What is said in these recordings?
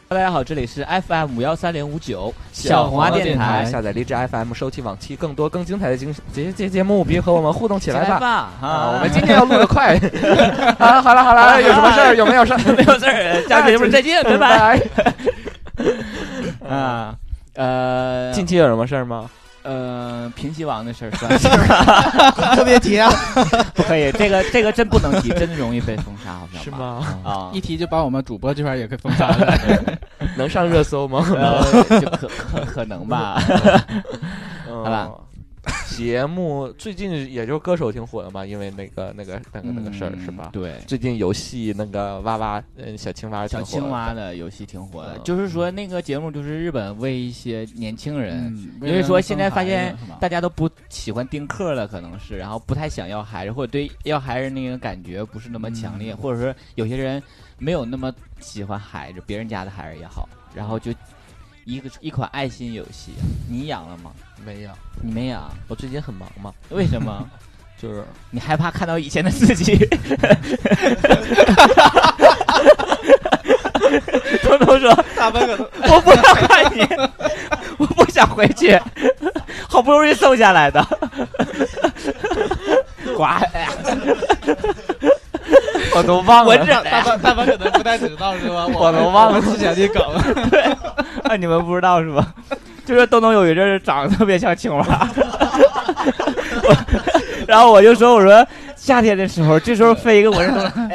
大家好，这里是 FM13059小黄电台， 下载荔枝 FM 收听往期更多更精彩的节目，别和我们互动起来吧！我们今天要录得快啊！好了，有什么事儿？有没有事儿？ 没有事儿，下期节目再见，拜拜。 近期有什么事儿吗？ 平西王的事儿算是特别提啊， 不可以，这个真不能提，真容易被封杀，好像是吗？ 啊， 一提就把我们主播这边也给封杀了， 能上热搜吗？ 就可能吧。好吧， 节目最近也就歌手挺火的嘛，因为那个事儿是吧？ 对， 最近游戏那个娃娃，小青蛙的游戏挺火的，就是说那个节目就是日本为一些年轻人，因为说现在发现大家都不喜欢丁克了，可能是，然后不太想要孩子，或者对要孩子那个感觉不是那么强烈，或者说有些人没有那么喜欢孩子，别人家的孩子也好，然后就一款爱心游戏，你养了吗？ 没养， 你没养？ 我最近很忙嘛。 为什么？ 就是你害怕看到以前的自己。偷偷说， 大笨狗， 我不想看你，我不想回去，好不容易瘦下来的。呱！ 我都忘了， 大笨可能不太知道是吧？ 我都忘了之前的梗。 对，啊，你们不知道是吧？就是东东有一阵儿长得特别像青蛙，然后我就说，我说夏天的时候，这时候飞一个我是东东，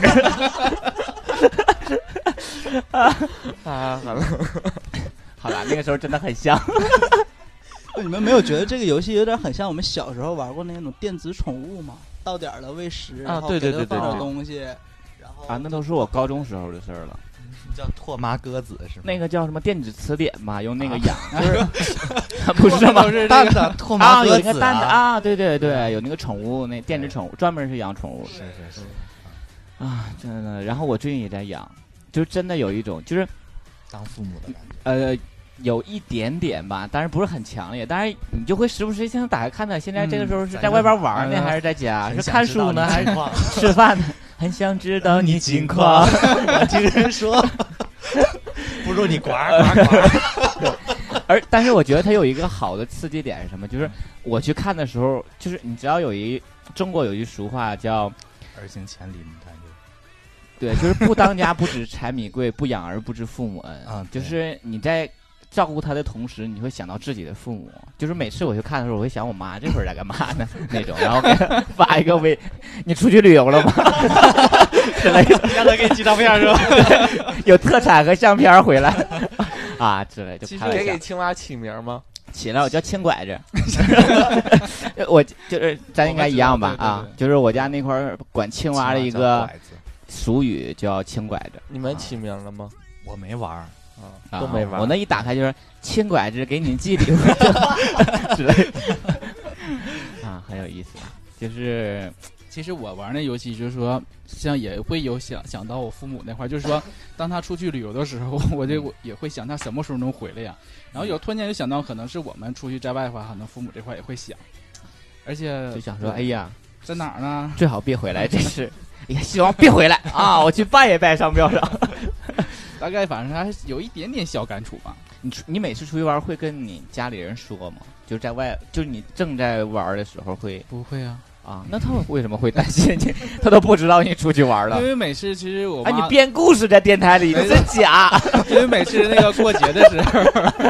好了，那个时候真的很像。 你们没有觉得这个游戏有点很像我们小时候玩过那种电子宠物吗？到点了喂食，然后给它放点东西，然后啊，那都是我高中时候的事儿了。 叫拓麻鸽子是吗？ 那个叫什么电子词典嘛，用那个养，不是吗？ 蛋的拓麻鸽子有一个蛋的啊，对对对，有那个宠物，那电子宠物专门是养宠物， 是啊，真的。然后我最近也在养，就真的有一种就是当父母的感觉，有一点点吧，但是不是很强烈。但是你就会时不时想打开看看，现在这个时候是在外边玩呢，还是在家？是看书呢，还是吃饭呢？很想知道你近况。 听人说，不如你呱呱呱。 但是我觉得它有一个好的刺激点是什么？就是我去看的时候，就是你知道中国有一句俗话叫 “儿行千里母担忧”。 对，就是不当家不知柴米贵，不养儿不知父母恩。 啊， 就是你在照顾他的同时，你会想到自己的父母。就是每次我去看的时候，我会想我妈这会儿在干嘛呢？那种，然后给他发一个微，你出去旅游了吗？之类的， 让他给你寄照片是吧？ 有特产和相片回来啊之类的。 其实给青蛙起名吗？ 起了，我叫青拐子。我就是咱应该一样吧？啊，就是我家那块管青蛙的一个俗语叫青拐子。 你们起名了吗？ 我没玩。 都没玩， 我那一打开就是青拐子给你寄礼物之类的啊，很有意思。就是其实我玩那游戏，就是说，像也会有想到我父母那块，就是说，当他出去旅游的时候，我就也会想他什么时候能回来呀。然后突然间就想到，可能是我们出去在外的话，可能父母这块也会想，而且就想说，哎呀， 在哪儿呢？ 最好别回来，这是，哎呀，希望别回来啊！我去拜一拜商标上。 大概反正还是有一点点小感触吧。 你每次出去玩会跟你家里人说吗？就在外，就是你正在玩的时候会？ 不会啊。 啊，那他们为什么会担心你？他都不知道你出去玩了。 因为每次其实我妈， 你编故事在电台里，真假？ 因为每次那个过节的时候，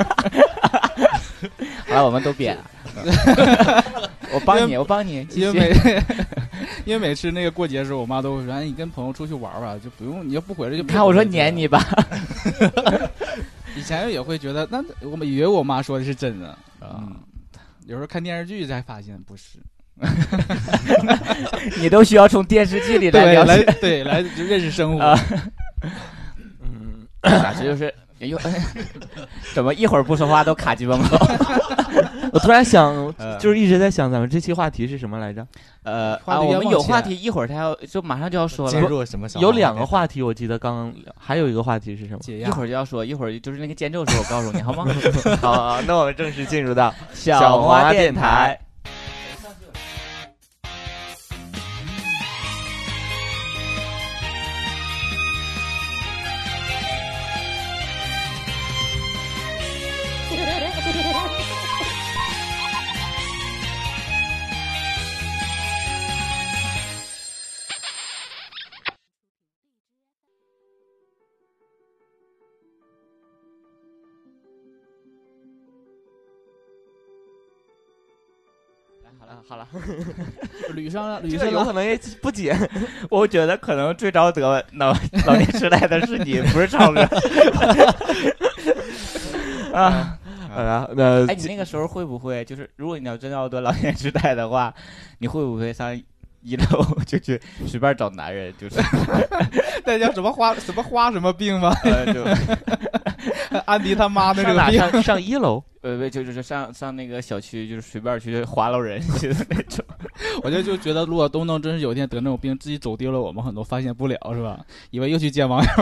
好了，我们都编。我帮你。 因为每次那个过节的时候，我妈都会说：“哎，你跟朋友出去玩吧，就不用，你要不回来就。” 看我说撵你吧。 以前也会觉得，那我们以为我妈说的是真的啊。有时候看电视剧才发现不是。 你都需要从电视剧里来认识生活。 这就是怎么一会儿不说话都卡鸡巴毛。 我突然想，就是一直在想咱们这期话题是什么来着？ 我们有话题，一会儿就马上就要说了。 进入什么？ 有2个话题，我记得刚刚还有一个话题是什么？ 一会儿就要说，一会儿就是那个间奏的时候，我告诉你好吗？ 好，那我们正式进入到小花电台。 好了， 捋上了， 这个有可能也不解。 我觉得可能最早得老年痴呆的是你，不是超哥。啊， 那哎，你那个时候会不会就是，如果你要真要得老年痴呆的话，你会不会上1楼就去随便找男人？就是那叫什么花什么病吗？ 就安迪他妈的这个病。 上1楼， 就是上那个小区，就是随便去划捞人去的那种。 我就觉得，如果东东真是有一天得那种病，自己走丢了，我们很多发现不了，是吧？以为又去见网友。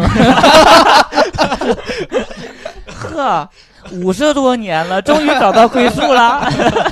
呵，50多年了，终于找到归宿了。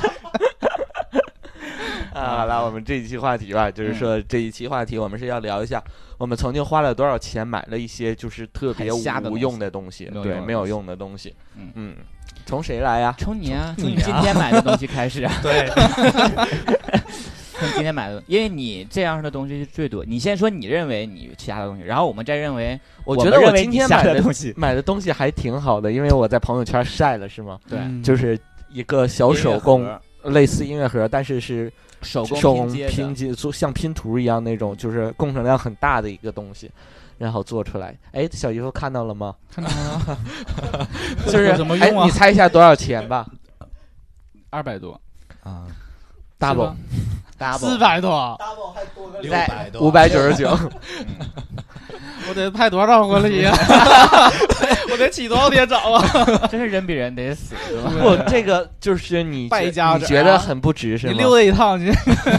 好了，我们这一期话题吧，就是说这一期话题我们是要聊一下，我们曾经花了多少钱买了一些就是特别无用的东西，对，没有用的东西。从谁来呀？ 从你啊，从你今天买的东西开始啊。 对。 从今天买的，因为你这样的东西是最多。你先说你认为你其他的东西，然后我们再认为， 我觉得我今天买的东西还挺好的，因为我在朋友圈晒了，是吗？ 对， 就是一个小手工，类似音乐盒，但是是手工拼接，像拼图一样那种，就是工程量很大的一个东西。然后做出来，哎，小姨夫看到了吗？ 看到了， 就是怎么用啊？ 你猜一下多少钱吧 ？200多啊 ，double 400多 ，double 还多个 600多 ，599。 我得拍多少婚礼啊？我得起多少天早啊？ 真是人比人得死，是吧？ 不，这个就是你觉得很不值是吗？ 你溜达一趟去，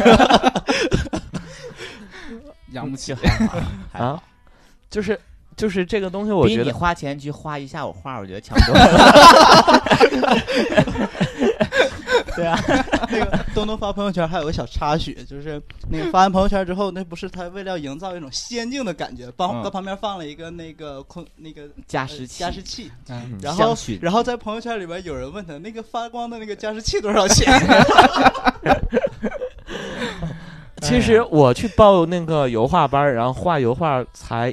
养不起啊。就是这个东西，我觉得比你花钱去画一下午画，我觉得强多了。对啊， 那个东东发朋友圈还有个小插曲，就是那个发完朋友圈之后，那不是他为了营造一种仙境的感觉，搁旁边放了一个那个加湿器，然后在朋友圈里边有人问他那个发光的那个加湿器多少钱？ 其实我去报那个油画班，然后画油画才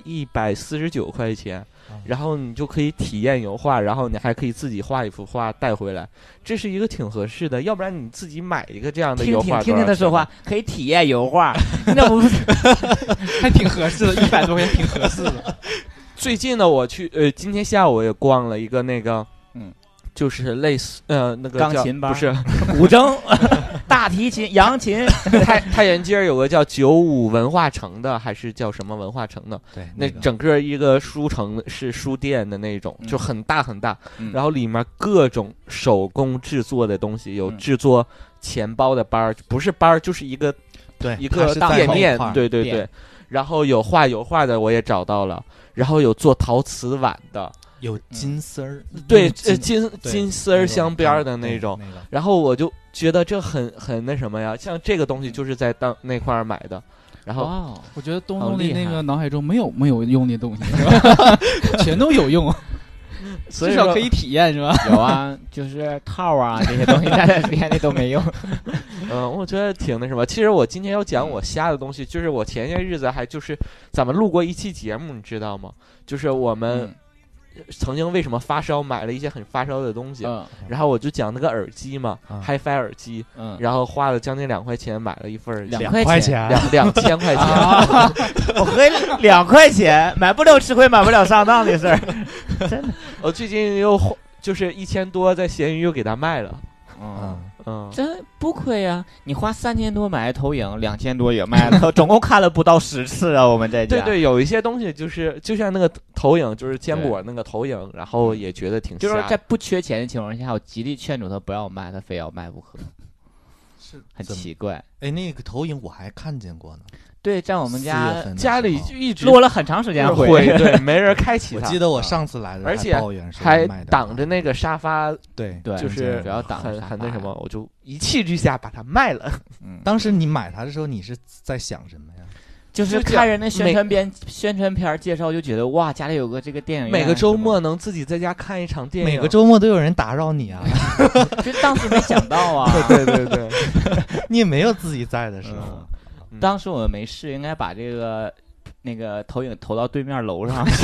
149块钱，然后你就可以体验油画，然后你还可以自己画一幅画带回来，这是一个挺合适的。要不然你自己买一个这样的油画， 听他说话，可以体验油画，那不还挺合适的，100多块钱挺合适的。 最近呢，我去今天下午我也逛了一个那个就是类似那个钢琴班， 不是古筝、大提琴、扬琴。 太原街有个叫95文化城的，还是叫什么文化城的？ 对， 那整个一个书城是书店的那种，就很大很大，然后里面各种手工制作的东西，有制作钱包的班，不是班就是一个店面，对。然后有画油画的我也找到了，然后有做陶瓷碗的。 有金丝儿， 对，金丝儿镶边的那种，然后我就觉得这很那什么呀，像这个东西就是在那块儿买的，然后我觉得东东的那个脑海中没有用的东西，是吧？全都有用，至少可以体验，是吧？ 有啊，就是套啊这些东西，那段时间里都没用。 我觉得挺那什么。其实我今天要讲我瞎的东西，就是我前些日子还就是咱们录过一期节目，你知道吗？就是我们。曾经为什么发烧买了一些很发烧的东西，然后我就讲那个耳机嘛，HiFi 耳机，然后花了将近2块钱买了一份 2块钱 ，2000块钱， 我合2块钱买不了吃亏，买不了上当的事儿，真的。 我最近又就是1000多在闲鱼又给他卖了， 这不亏啊！你花3000多买投影，2000多也卖了，总共看了不到10次啊！我们在家对，有一些东西就像那个投影，就是坚果那个投影，然后也觉得挺瞎。 就是在不缺钱的情况下，我极力劝阻他不要卖，他非要卖不可，是很奇怪。 哎，那个投影我还看见过呢。 对，在我们家里就一直落了很长时间灰， 对，没人开启它。 我记得我上次来的， 而且还挡着那个沙发， 对， 就是主要挡很那什么，我就一气之下把它卖了。 当时你买它的时候，你是在想什么呀？ 就是看人的宣传片介绍，就觉得哇，家里有个这个电影院， 每个周末能自己在家看一场电影， 每个周末都有人打扰你啊！ 就当时没想到啊， 对， 你也没有自己在的时候。 当时我们没事，应该把那个投影投到对面楼上去。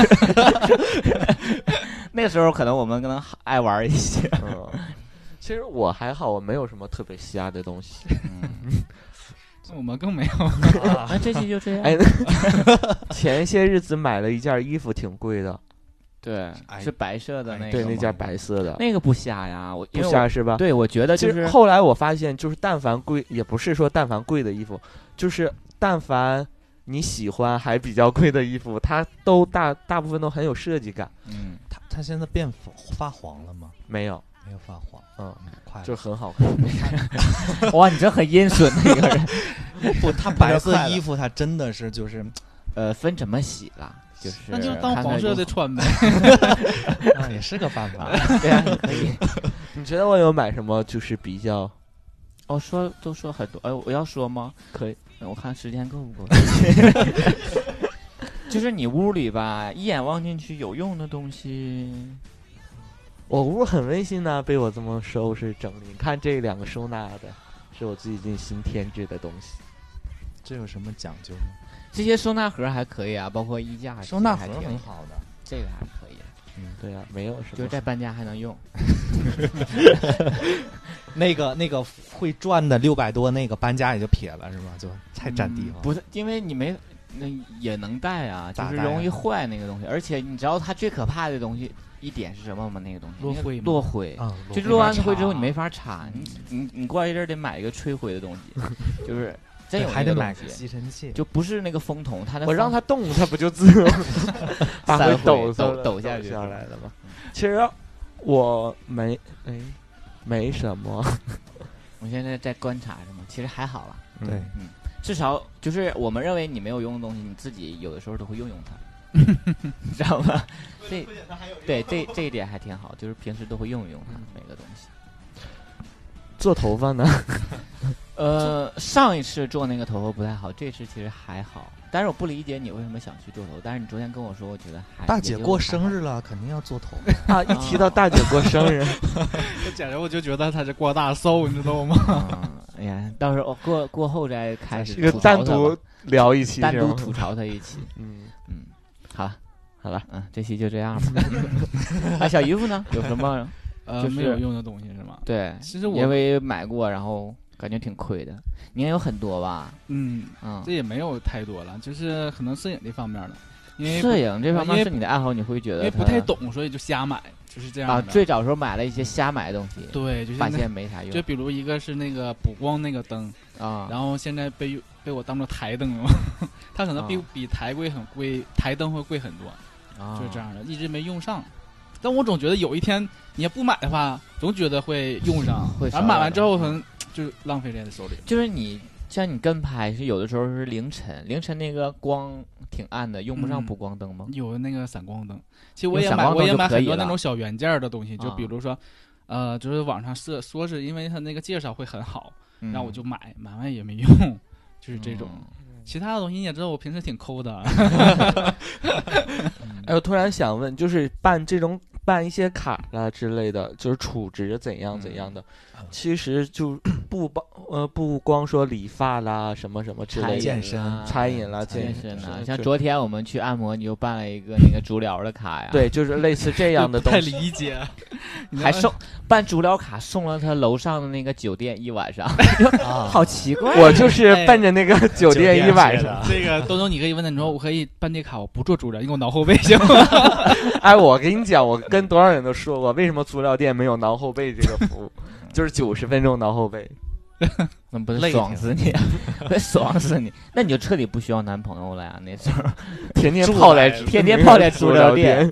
那时候可能我们爱玩一些。 其实我还好，我没有什么特别瞎的东西。 我们更没有。 那这期就这样。 哎，前些日子买了一件衣服，挺贵的。 对，是白色的那个。 对，那件白色的。 那个不瞎呀， 不瞎是吧？ 对，我觉得就是后来我发现，就是但凡贵，也不是说但凡贵的衣服，就是但凡你喜欢还比较贵的衣服，它都大部分都很有设计感。 它现在发黄了吗？ 没有发黄。快就很好看。 哇，你这很阴损的一个人。 不，它白色衣服，它真的是就是， 分怎么洗了。就是那就当黄色的穿呗。 也是个办法。 对啊，可以。 你觉得我有买什么就是比较？ 都说很多。我要说吗？ 可以。 我看时间够不够？就是你屋里吧，一眼望进去有用的东西。 我屋很温馨呢，被我这么收拾整理。你看这2个收纳的，是我最近新添置的东西。 这有什么讲究吗？ 这些收纳盒还可以啊，包括衣架。 收纳盒很好的， 这个还可以。 对啊，没有什么， 就是在搬家还能用。 那个会转的600多，那个搬家也就撇了是吧？就太占地方。 不是，因为你没那也能带啊，就是容易坏那个东西。而且你知道它最可怕的东西一点是什么吗？那个东西落灰。就是落完灰之后你没法擦，你过一阵得买一个吹灰的东西，就是真有还得买个吸尘器， 就不是那个风筒， 我让它动，它不就自动把灰抖下来了吗？其实我没什么。 我现在在观察着嘛，其实还好啦。 对， 至少就是我们认为你没有用的东西，你自己有的时候都会用它，你知道吗？这一点还挺好，就是平时都会用它每个东西。 做头发呢？ 上一次做那个头发不太好，这次其实还好。但是我不理解你为什么想去做头，但是你昨天跟我说，我觉得大姐过生日了，肯定要做头啊！一提到大姐过生日， 简直我就觉得她是过大寿，你知道吗？ 哎呀，到时候过后再开始单独聊一期， 单独吐槽她一期。好了，这期就这样吧。小姨夫呢？有什么没有用的东西是吗？ 对， 其实我因为买过，然后感觉挺亏的。你也有很多吧？ 这也没有太多了，就是可能摄影这方面的。因为摄影这方面是你的爱好，你会觉得因为不太懂，所以就瞎买，就是这样的。 最早时候买了一些瞎买的东西， 对，就是发现没啥用。 就比如一个是那个补光那个灯然后现在被我当做台灯了，它可能比台灯会贵很多，就是这样的，一直没用上。但我总觉得有一天你要不买的话，总觉得会用上，然后买完之后可能就浪费在手里。 就是你像你跟拍是有的时候是凌晨那个光挺暗的，用不上补光灯吗？ 有那个闪光灯，其实我也买很多那种小原件的东西，就比如说就是网上说是因为它那个介绍会很好，然后我就买完也没用，就是这种。其他的东西你也知道，我平时挺抠的。 哎，我突然想问，就是办一些卡啦之类的，就是储值怎样的，其实就不光说理发啦，什么什么之类的， 健身、 餐饮啦、 健身啊。像昨天我们去按摩，你就办了一个那个足疗的卡呀。 对，就是类似这样的东西。 太理解， 还办足疗卡送了他楼上的那个酒店1晚上，好奇怪。 我就是奔着那个酒店1晚上。 这个东东，你可以问他，你说我可以办这卡，我不做足疗，你给我挠后背行吗？ 哎，我跟你讲，我跟多少人都说过，为什么足疗店没有挠后背这个服务？就是90分钟挠后背， 那不是爽死你，会爽死你。那你就彻底不需要男朋友了呀！那时候天天泡在足疗店，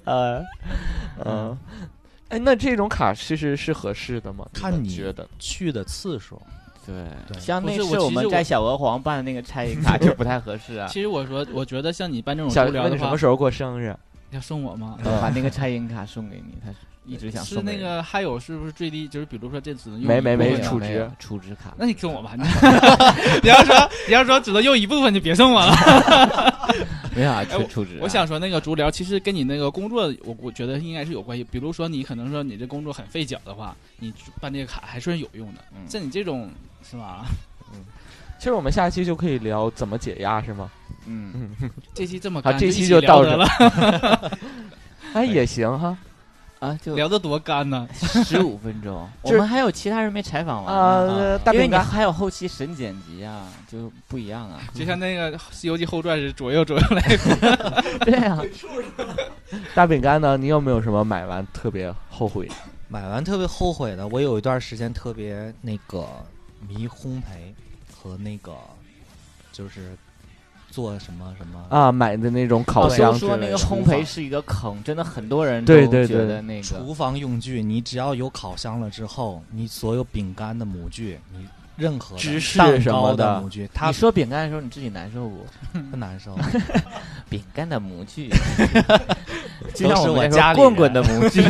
哎，那这种卡其实是合适的吗？ 看你觉得去的次数。 对，像那次我们在小鹅黄办的那个餐饮卡就不太合适啊。 其实我觉得像你办这种足疗的话， 什么时候过生日？ 要送我吗？ 把那个餐饮卡送给你，他一直想送。 是那个还有是不是最低？就是比如说这只能用没储值卡。 那你送我吧。你要说只能用一部分就别送我了。 没啥储值。 我想说那个足疗其实跟你那个工作，我觉得应该是有关系。比如说你可能说你这工作很费脚的话，你办这个卡还是有用的。像你这种是吧？ 其实我们下期就可以聊怎么解压，是吗？ 这期这么好，这期就到这了。哎，也行哈。 啊，就聊得多干呢 ，15分钟。我们还有其他人没采访完啊，因为你还有后期审剪辑啊，就不一样啊。 就像那个《西游记后传》是左右来。 对啊。 大饼干呢？你有没有什么买完特别后悔？ 买完特别后悔的，我有一段时间特别那个迷烘焙和那个就是做什么啊，买的那种烤箱。 说那个烘焙是一个坑，真的很多人都觉得那个厨房用具，你只要有烤箱了之后，你所有饼干的模具，你任何芝士什么的模具， 你说饼干的时候你自己难受不难受？ 饼干的模具， 就像我家里棍棍的模具。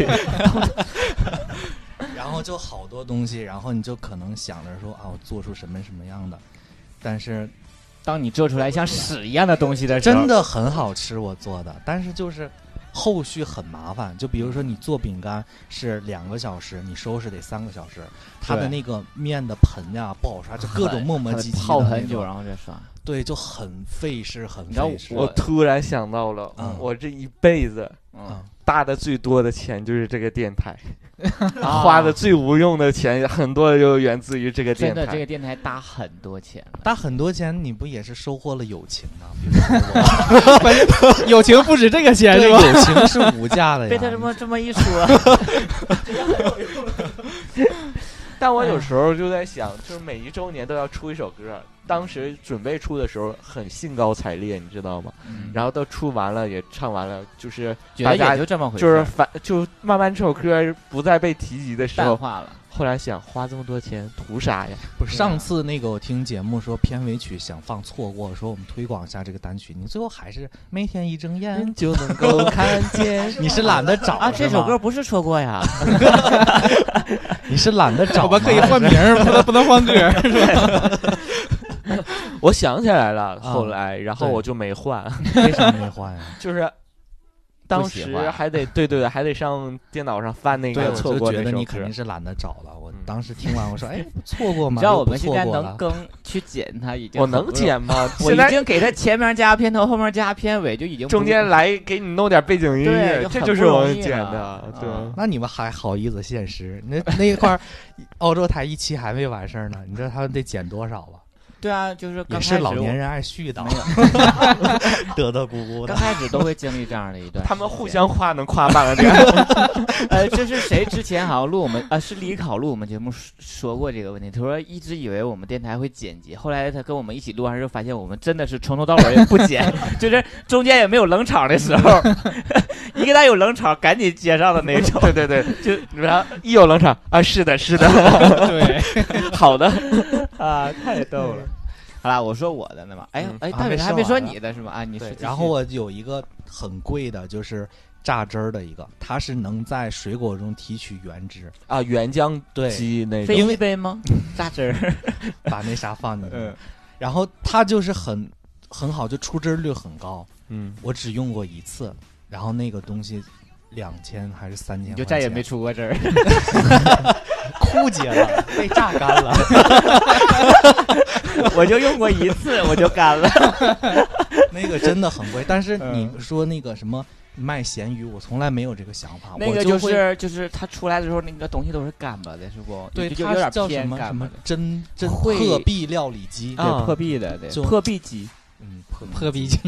然后就好多东西，然后你就可能想着说啊，我做出什么样的，但是当你做出来像屎一样的东西的时候， 真的很好吃我做的，但是就是后续很麻烦。就比如说你做饼干是2个小时，你收拾得3个小时，它的那个面的盆呀不好刷，就各种磨磨唧唧泡很久然后再刷， 对，就很费事，很费事。 我突然想到了，我这一辈子搭的最多的钱就是这个电台，花的最无用的钱很多就源自于这个电台。 真的，这个电台搭很多钱， 搭很多钱，你不也是收获了友情吗？比如说友情不止这个钱是吧？ 友情是无价的呀。 被他这么一说， 但我有时候就在想，就是每一周年都要出一首歌。当时准备出的时候很兴高采烈，你知道吗？然后都出完了，也唱完了，就是大家也就这么回事， 就慢慢这首歌不再被提及的时候， 淡化了。 后来想花这么多钱图啥呀？ 不是上次那个我听节目说片尾曲想放错过，说我们推广一下这个单曲，你最后还是每天一睁眼就能够看见。 你是懒得找啊？这首歌不是错过呀？ 你是懒得找？ 我们可以换名儿，不能换歌是吧？ 我想起来了，后来然后我就没换。 为啥没换呀？ 就是当时还得对，还得上电脑上翻那个错过那首歌。 我就觉得你肯定是懒得找了。我当时听完我说，哎，错过吗？ 你知道我们现在能去剪它已经， 我能剪吗？ 我已经给它前面加片头，后面加片尾，就已经中间来给你弄点背景音乐，这就是我们剪的。对， 那你们还好意思现实？那一块澳洲台1期还没完事儿呢，你知道他们得剪多少吧？ 对啊，就是也是老年人爱絮叨，嘚嘚咕咕的。 刚开始都会经历这样的一段， 他们互相夸能夸半个点。 这是谁之前好像录我们是李考录我们节目说过这个问题，他说一直以为我们电台会剪辑，后来他跟我们一起录完之后发现我们真的是从头到尾也不剪，就是中间也没有冷场的时候，一旦有冷场赶紧接上的那种。 对，就然后一有冷场啊，是的， 对， 好的啊，太逗了。好啦，我说我的呢嘛，大伟还没说你的是吗？啊，你是。 然后我有一个很贵的，就是榨汁儿的一个，它是能在水果中提取原汁啊，原浆机那种。 飞机杯吗？榨汁儿， 把那啥放进去。然后它就是很好，就出汁率很高。我只用过一次，然后那个东西2000还是3000， 你就再也没出过汁儿。 枯竭了，被榨干了。 我就用过一次，我就干了。 那个真的很贵，但是你说那个什么卖咸鱼，我从来没有这个想法。 那个就是它出来的时候，那个东西都是干巴的，是不？ 对， 就有点偏什么真破壁料理机， 对，破壁的，对，破壁机。 破壁机。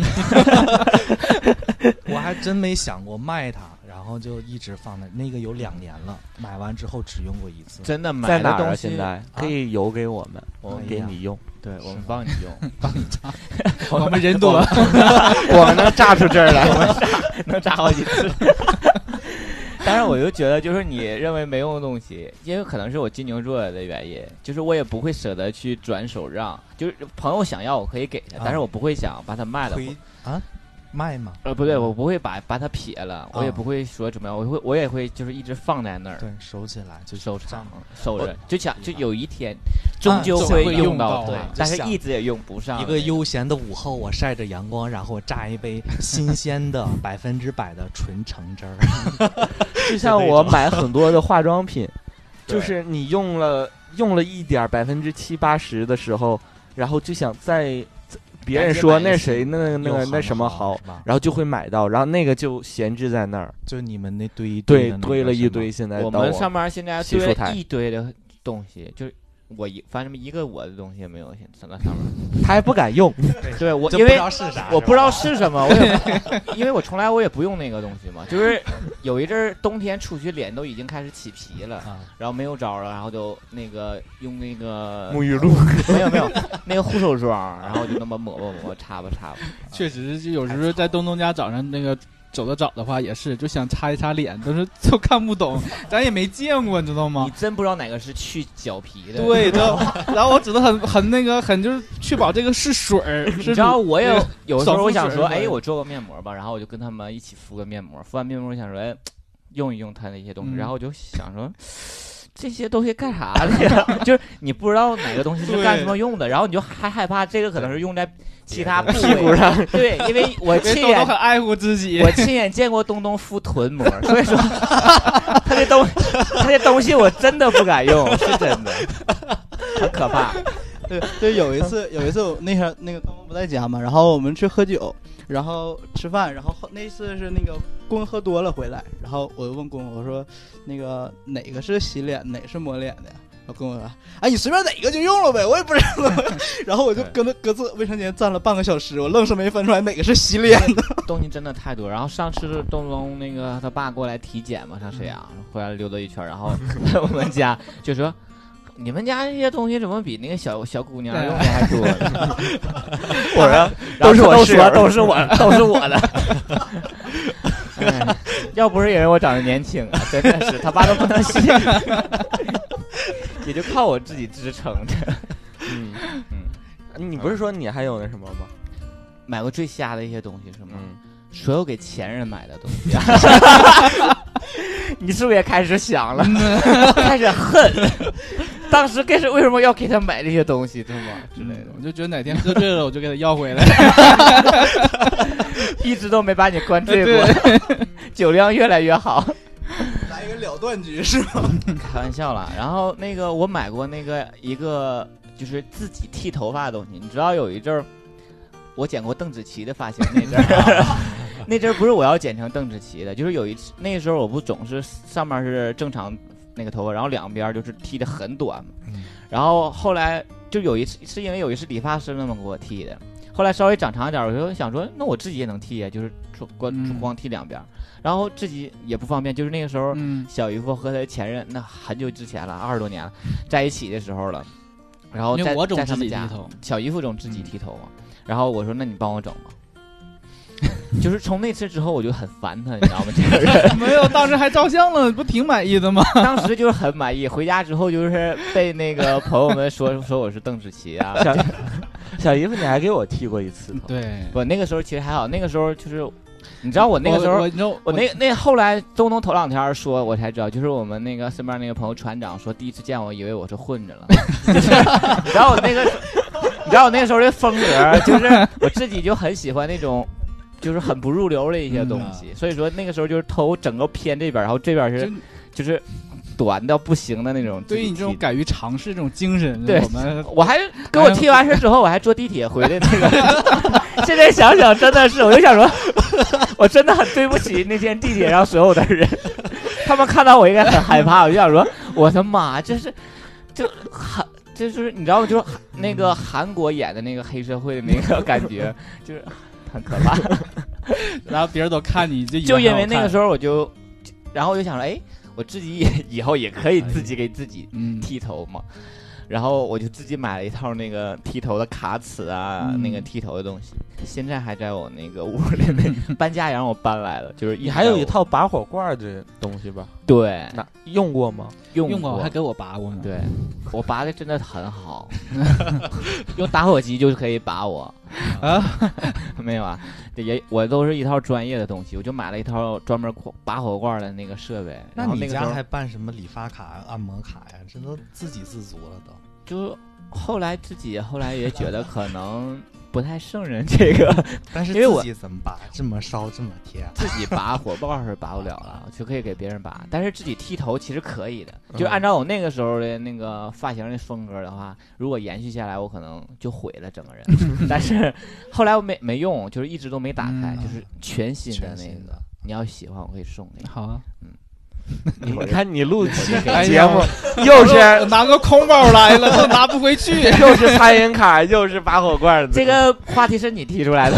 我还真没想过卖它，然后就一直放在那个有2年了，买完之后只用过一次。 真的买在哪儿？现在可以邮给我们，我给你用。 对，我们帮你用， 帮你榨。 我们人多， 我们能榨出汁儿来， 能榨好几次。当然，我就觉得，就是你认为没用的东西，因为可能是我金牛座的原因，就是我也不会舍得去转手让，就是朋友想要我可以给他，但是我不会想把它卖了。 卖吗？ 不对，我不会把它撇了，我也不会说怎么样，我也会就是一直放在那儿， 对，收起来就收着，就有一天终究会用到它，但是一直也用不上。 一个悠闲的午后，我晒着阳光，然后我榨一杯新鲜的100%的纯橙汁儿。 就像我买很多的化妆品，就是你用了一点7-80%的时候，然后就想再别人说那谁那什么好，然后就会买到，然后那个就闲置在那儿， 就你们那堆堆了一堆，现在我们上面现在堆了一堆的东西，就是反正一个我的东西也没有，现在上面他还不敢用， 对我因为我不知道是什么，因为我从来我也不用那个东西嘛，就是有一阵冬天出去脸都已经开始起皮了，然后没有招了，然后就那个用那个沐浴露， 没有那个护手霜，然后就那么抹擦吧。 确实，就有时候在东家早上那个。走得早的话也是，就想擦一擦脸，都看不懂，咱也没见过，你知道吗？ 你真不知道哪个是去角皮的。 对，然后我只能很就是确保这个是水儿。你知道我也有时候我想说，哎，我做个面膜吧，然后我就跟他们一起敷个面膜，敷完面膜我想说，哎，用一用它那些东西，然后我就想说。这些东西干啥的呀？就是你不知道哪个东西是干什么用的，然后你就还害怕这个可能是用在其他部位上。对，因为我亲眼很爱护自己， 我亲眼见过东敷臀膜，所以说他这东西我真的不敢用，是真的，很可怕。 对，有一次我那天那个东不在家嘛，然后我们去喝酒，然后吃饭，然后那次是那个公喝多了回来，然后我就问公，我说那个哪个是洗脸，哪个是抹脸的呀？然后跟我说，哎，你随便哪个就用了呗，我也不知道。然后我就跟他各自卫生间站了半个小时，我愣是没分出来哪个是洗脸的。 东西真的太多。然后上次东那个他爸过来体检嘛，上沈阳回来溜达一圈，然后在我们家就说。你们家这些东西怎么比那个小姑娘用的还多？我说都是我的。哎，要不是因为我长得年轻啊，真的是他爸都不能信，也就靠我自己支撑着。 你不是说你还有那什么吗？ 买过最瞎的一些东西是吗？所有给前任买的东西。你是不是也开始想了？开始恨。当时为什么要给他买这些东西，对吗？之类的， 我就觉得哪天喝醉了，我就给他要回来。 一直都没把你灌醉过，酒量越来越好。 来一个了断局是吗？ 开玩笑啦。然后那个我买过那个一个就是自己剃头发的东西，你知道有一阵儿我剪过邓紫棋的发型那阵儿。那阵儿不是我要剪成邓紫棋的，就是有一次那时候我不总是上面是正常那个头发，然后两边就是剃得很短嘛。然后后来就有一次是因为有一次理发师那么给我剃的，后来稍微长长一点，我就想说那我自己也能剃啊，就是光剃两边，然后自己也不方便。就是那个时候小姨夫和他前任那很久之前了，20多年了，在一起的时候了，然后在他们家小姨夫总自己剃头嘛，然后我说那你帮我整吧。就是从那次之后我就很烦他，你知道吗？这个人没有，当时还照相了，不挺满意的吗？ 当时就是很满意，回家之后就是被那个朋友们说我是邓紫棋啊。 小姨夫你还给我剃过一次头。 对， 不，那个时候其实还好，那个时候就是你知道我那个时候我那后来东头两天说我才知道，就是我们那个身边那个朋友船长说第一次见我以为我是混着了。就是你知道我那个时候的风格，就是我自己就很喜欢那种就是很不入流的一些东西，所以说那个时候就是头整个偏这边，然后这边是就是短到不行的那种。 对于你这种敢于尝试这种精神， 对，我还给我剃完事之后，我还坐地铁回的那个。现在想想真的是，我就想说，我真的很对不起那天地铁上所有的人，他们看到我应该很害怕。我就想说，我的妈，就是你知道吗？就是那个韩国演的那个黑社会的那个感觉，就是很可怕。 然后别人都看你， 就因为那个时候然后我就想说，哎，我自己以后也可以自己给自己剃头嘛。然后我就自己买了一套那个剃头的卡尺啊，那个剃头的东西，现在还在我那个屋里。搬家也让我搬来了，就是你还有一套拔火罐的东西吧？ 对， 用过吗？ 用过， 还给我拔过呢。 对，我拔的真的很好，用打火机就是可以拔我啊。没有啊，我都是一套专业的东西，我就买了一套专门拔火罐的那个设备。 那你家还办什么理发卡、按摩卡呀？这都自给自足了都。 就后来也觉得可能不太胜任这个， 但是因为我自己怎么拔？这么烧这么贴？ 自己拔火爆是拔不了了，就可以给别人拔，但是自己剃头其实可以的。就按照我那个时候的那个发型的风格的话，如果延续下来，我可能就毁了整个人。但是后来我没用，就是一直都没打开，就是全新的那个。你要喜欢，我可以送给你。 好啊， 你看你录期哎节目，又是拿个空包来了，都拿不回去， 又是餐饮卡，又是拔火罐。 这个话题是你提出来的。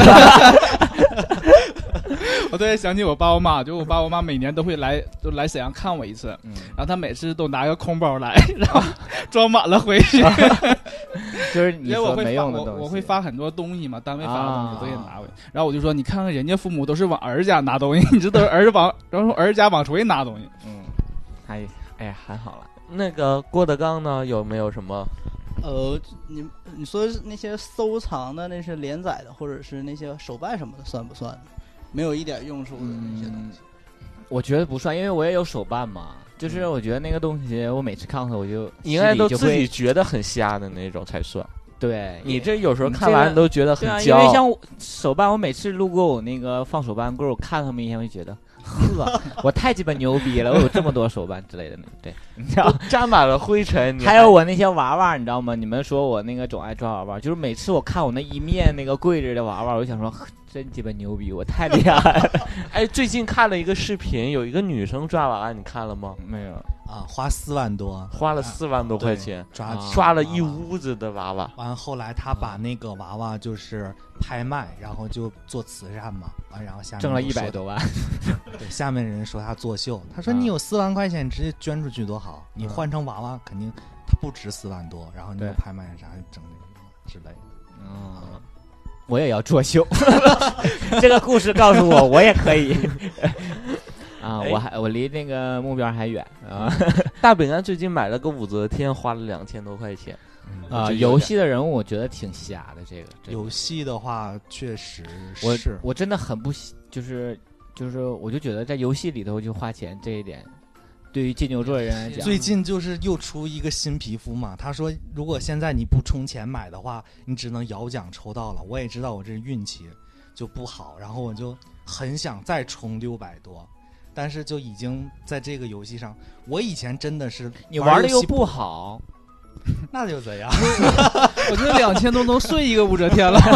我突然想起我爸我妈，就我爸我妈每年都会来沈阳看我一次，然后他每次都拿个空包来，然后装满了回去。 就是你说没用的东西， 我会发很多东西嘛，单位发的东西都得拿回去。然后我就说，你看看人家父母都是往儿子家拿东西，你这都是然后儿子家往出去拿东西。 哎呀，还好了。 那个郭德纲呢，有没有什么？ 你说那些收藏的，那些连载的，或者是那些手办什么的，算不算？没有一点用处的那些东西， 我觉得不算，因为我也有手办嘛。就是我觉得那个东西，我每次看到我就应该都自己觉得很瞎的那种才算。 对， 你这有时候看完都觉得很骄傲。因为像手办，我每次路过我那个放手办柜，我看他们一眼，我就觉得，呵，我太鸡巴牛逼了，我有这么多手办之类的。对，你知道， 沾满了灰尘。 还有我那些娃娃，你知道吗？你们说我那个总爱抓娃娃，就是每次我看我那一面那个柜子的娃娃，我就想说，真鸡巴牛逼，我太厉害了。 哎，最近看了一个视频，有一个女生抓娃娃，你看了吗？ 没有啊，花4万多， 花了4万多块钱抓了一屋子的娃娃。 完后来他把那个娃娃就是拍卖，然后就做慈善嘛，完然后下面挣了100多万。 对，下面人说他作秀，他说你有4万块钱直接捐出去多好，你换成娃娃肯定它不值4万多，然后你就拍卖啥整那个之类的。 我也要作秀。这个故事告诉我，我也可以。啊，我离那个目标还远啊！ 大饼干最近买了个武则天，花了2000多块钱。 游戏的人物我觉得挺瞎的。这个游戏的话，确实是我真的很不就是我就觉得在游戏里头就花钱这一点，对于金牛座的人来讲， 最近就是又出一个新皮肤嘛。他说，如果现在你不充钱买的话，你只能摇奖抽到了。我也知道我这运气就不好，然后我就很想再充600多。但是就已经在这个游戏上，我以前真的是你玩的又不好， 那就怎样？ 我觉得2000多能睡一个武则天了。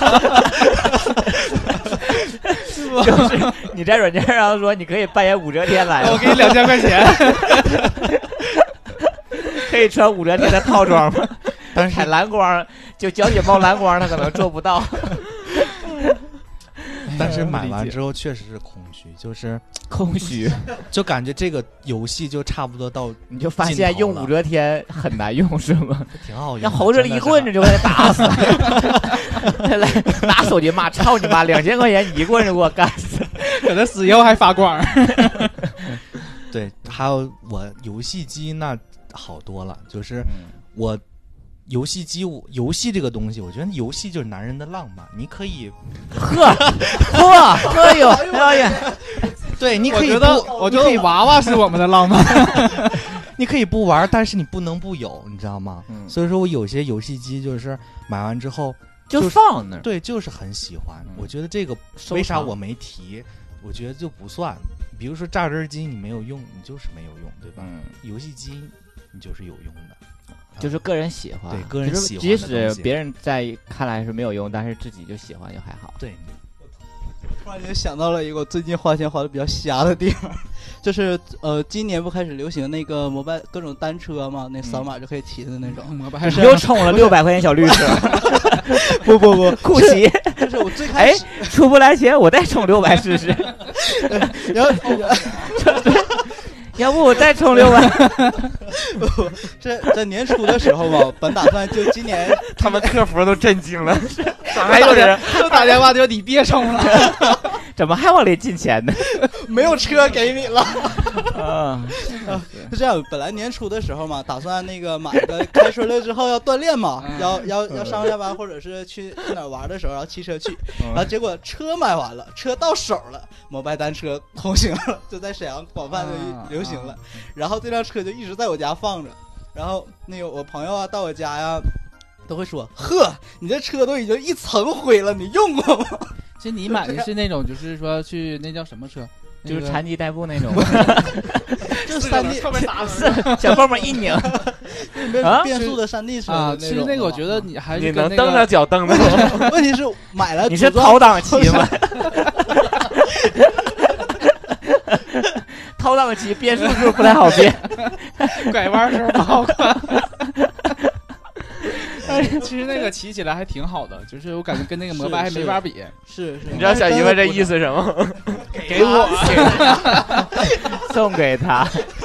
是不？就是你在软件上说你可以扮演武则天来， 我给你2000块钱， 可以穿武则天的套装吗？ 但是采蓝光，就脚底冒蓝光，他可能做不到。 但是买完之后确实是空虚，就是空虚， 就感觉这个游戏就差不多到， 你就发现用武则天很难用，是吗？ 挺好用， 让猴子一棍子就给他打死。来拿手机骂，操你妈！2000块钱一棍子给我干死， 可能死以后还发光。 对，还有我游戏机那好多了，就是我。游戏机，游戏这个东西，我觉得游戏就是男人的浪漫。你可以， 哎呦， 对，你可以我觉得娃娃是我们的浪漫。 你可以不玩，但是你不能不有，你知道吗？所以说我有些游戏机就是买完之后就放那儿， 对，就是很喜欢。我觉得这个为啥我没提？我觉得就不算。比如说榨汁机，你没有用，你就是没有用，对吧？游戏机你就是有用的。 就是个人喜欢， 对个人喜欢， 即使别人在看来是没有用，但是自己就喜欢就还好。 对， 突然间想到了一个我最近花钱花的比较瞎的地方，就是今年不开始流行那个摩拜各种单车嘛，那扫码就可以骑的那种。 又充了600块钱小绿车。 不， 酷骑。 就是我最开始出不来钱，我再充600试试。 然后。 要不我再充600？ 这年初的时候吧，本打算就今年， 他们客服都震惊了，还有人就打电话就你别充了， 怎么还往里进钱呢？ 没有车给你了。是这样，本来年初的时候嘛，打算那个买个开春了之后要锻炼嘛，要上下班或者是去哪玩的时候，然后骑车去，然后结果车买完了，车到手了，摩拜单车通行了，就在沈阳广泛的流行了，然后这辆车就一直在我家放着，然后那个我朋友啊到我家呀都会说：“呵，你这车都已经一层灰了，你用过吗？” 其实你买的是那种，就是说去那叫什么车？ 就是残疾代步那种， 就是3D 后面打小后面一拧， 变速的3D 车啊。其实那个我觉得你还是你能蹬着脚蹬的。 问题是买了， 你是逃档期吗？逃档期变速是不是不太好变？ 拐弯时候不好看。其实那个骑起来还挺好的，就是我感觉跟那个摩拜还没法比。 是， 你知道小姨夫这意思什么？ 给我， 送给他。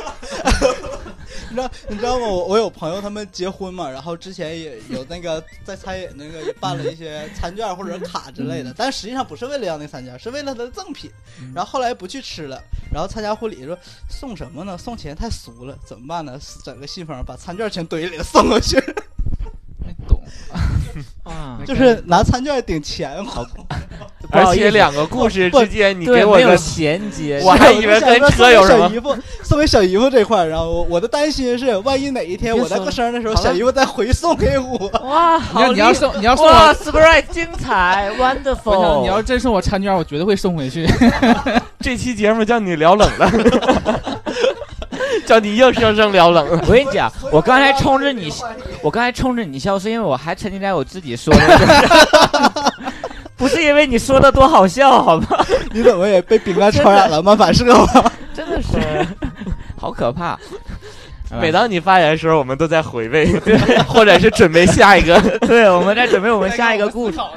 你知道吗？我有朋友他们结婚嘛，然后之前也有那个在餐饮那个也办了一些餐券或者卡之类的，但实际上不是为了要那餐券，是为了他的赠品。然后后来不去吃了，然后参加婚礼说送什么呢？送钱太俗了，怎么办呢？整个信封把餐券全堆里了送过去。 没懂啊， 就是拿餐券顶钱。 而且2个故事之间，你给我的衔接， 我还以为跟车有什么。 送给小姨夫这块，然后我的担心是，万一哪一天我在过生日的时候，小姨夫再回送给我。 哇， 你要送哇 ，surprise， 精彩 ，wonderful！ 你要真送我餐券，我绝对会送回去。 这期节目叫你聊冷了。叫你硬生生聊冷了。 我跟你讲，我刚才冲着你笑，是因为我还沉浸在我自己说的，不是因为你说的多好笑，好吗？ 你怎么也被饼干传染了吗？反射吗？ 真的是，好可怕。 每当你发言的时候，我们都在回味，或者是准备下一个。 对，我们在准备我们下一个故事。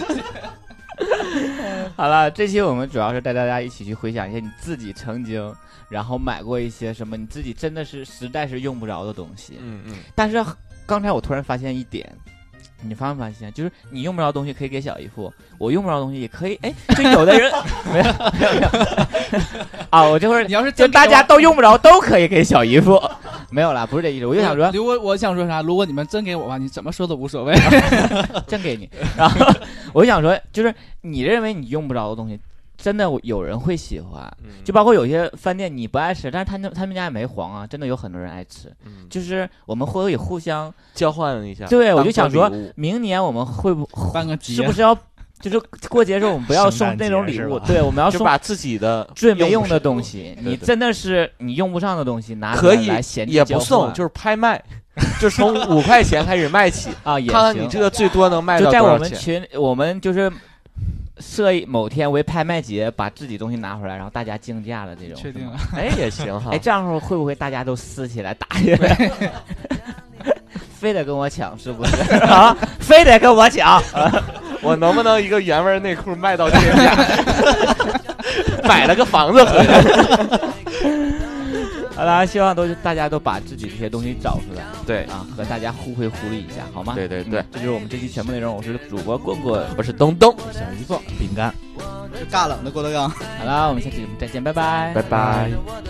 好了，这期我们主要是带大家一起去回想一下你自己曾经，然后买过一些什么你自己真的是实在是用不着的东西。但是刚才我突然发现一点，你发没发现，就是你用不着的东西可以给小姨夫，我用不着的东西也可以。哎，就有的人没有啊，我这会儿你要是就大家都用不着，都可以给小姨夫。没有啦，不是这意思，我就想说， 我想说啥？如果你们真给我吧，你怎么说都无所谓， 真给你。然后我想说，就是你认为你用不着的东西，真的有人会喜欢，就包括有些饭店你不爱吃，但是他们家也没黄啊，真的有很多人爱吃。就是我们可以互相交换一下。 对，我就想说，明年我们会不办个节， 是不是要？就是过节的时候，我们不要送那种礼物，对，我们要送把自己的最没用的东西，你真的是你用不上的东西拿出来闲置也不送，就是拍卖，就从5块钱开始卖起啊，也看看你这个最多能卖到多少钱。 就在我们群，我们就是设某天为拍卖节，把自己东西拿回来，然后大家竞价的这种。 确定了？ 哎，也行哈。 哎，这样会不会大家都撕起来打起来？非得跟我抢是不是啊？非得跟我抢。 我能不能一个原味内裤卖到天价？买了个房子回来。 好啦，希望大家都把自己这些东西找出来， 对啊，和大家互惠互利一下，好吗？ 对对对， 这就是我们这期全部内容。我是主播棍棍， 我是东东， 小姨夫， 饼干， 是尬冷的郭德纲。 好啦，我们下期节目再见，拜拜， 拜拜。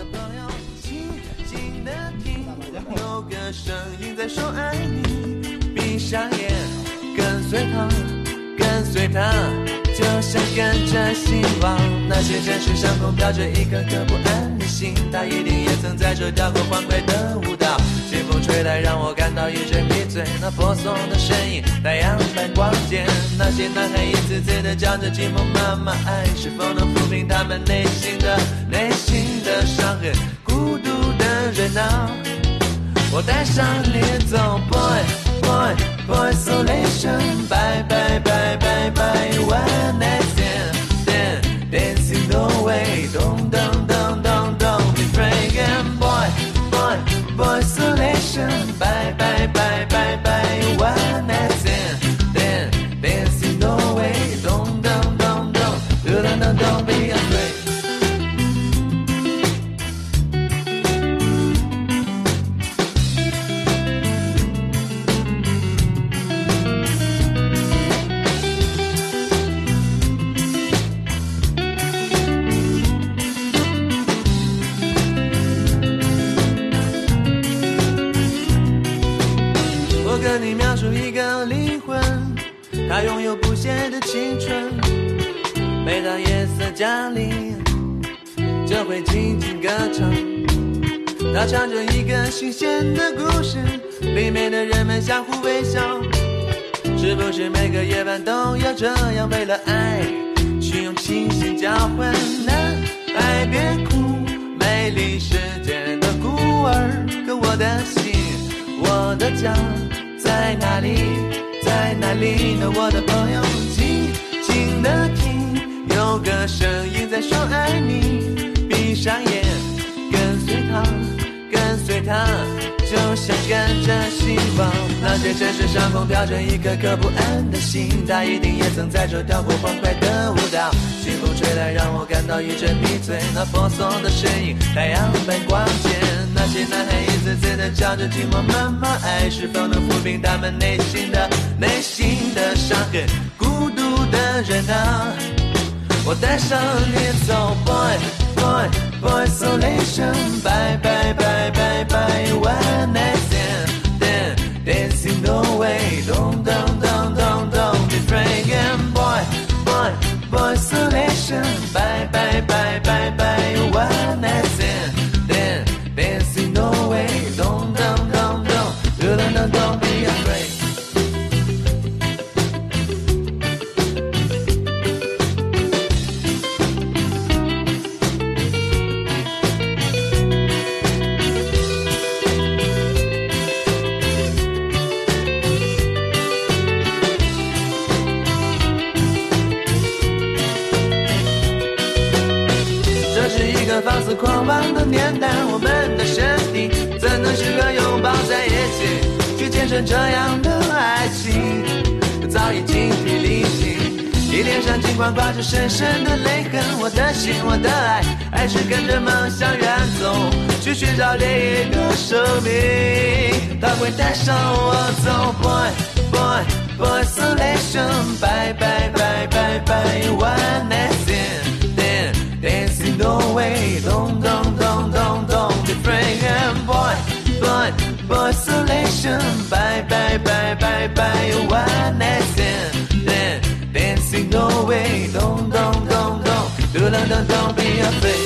有个声音在说爱你，闭上眼，跟随他。跟随他，就像跟着希望。那些城市上空飘着一颗颗不安的心，他一定也曾在这跳过欢快的舞蹈。清风吹来，让我感到一阵迷醉。那婆娑的身影，太阳般光洁。那些男孩一次次地叫着寂寞妈妈，爱是否能抚平他们内心的伤痕？孤独的热闹，我带上脸走 Boy isolation Bye bye bye bye bye One night stand Dancing the way Don't be frightened Boy isolation Bye bye bye bye bye One night stand Dancing the way Don't be afraid跟你描述一个灵魂，它拥有不懈的青春。每当夜色降临，就会静静歌唱。它唱着一个新鲜的故事，里面的人们相互微笑， 是不是每个夜晚都要这样为了爱去用清醒交换呢？爱别哭，美丽世界的孤儿，可我的心，我的家在哪里？在哪里呢？我的朋友，静静地听，有个声音在说爱你。闭上眼，跟随它，跟随它，就像跟着希望。那些城市上空飘着一颗颗不安的心，它一定也曾在这跳过欢快的舞蹈。清风吹来，让我感到一阵迷醉，那婆娑的身影，太阳般光洁。那些男孩一次次地叫着寂寞妈妈，爱是否能抚平他们内心的伤痕？孤独的人啊，我带上你走 Boy Isolation Bye bye bye bye bye One night stand Dancing away Don't be afraid And Boy Isolation Bye bye bye bye bye One night stand Dancing away Don't be afraid放肆狂妄的年代，我们的身体怎能适合拥抱在一起，去见证这样的爱情？早已精疲力尽，你脸上尽管挂着深深的泪痕。我的心，我的爱，还是跟着梦想远走，去寻找另一个生命，它会带上我走。Boy Isolation Bye bye bye bye bye One night stand.Dancing away, don't be afraid. And boy isolation, bye bye bye bye bye. One night stand, dancing away, don't be afraid.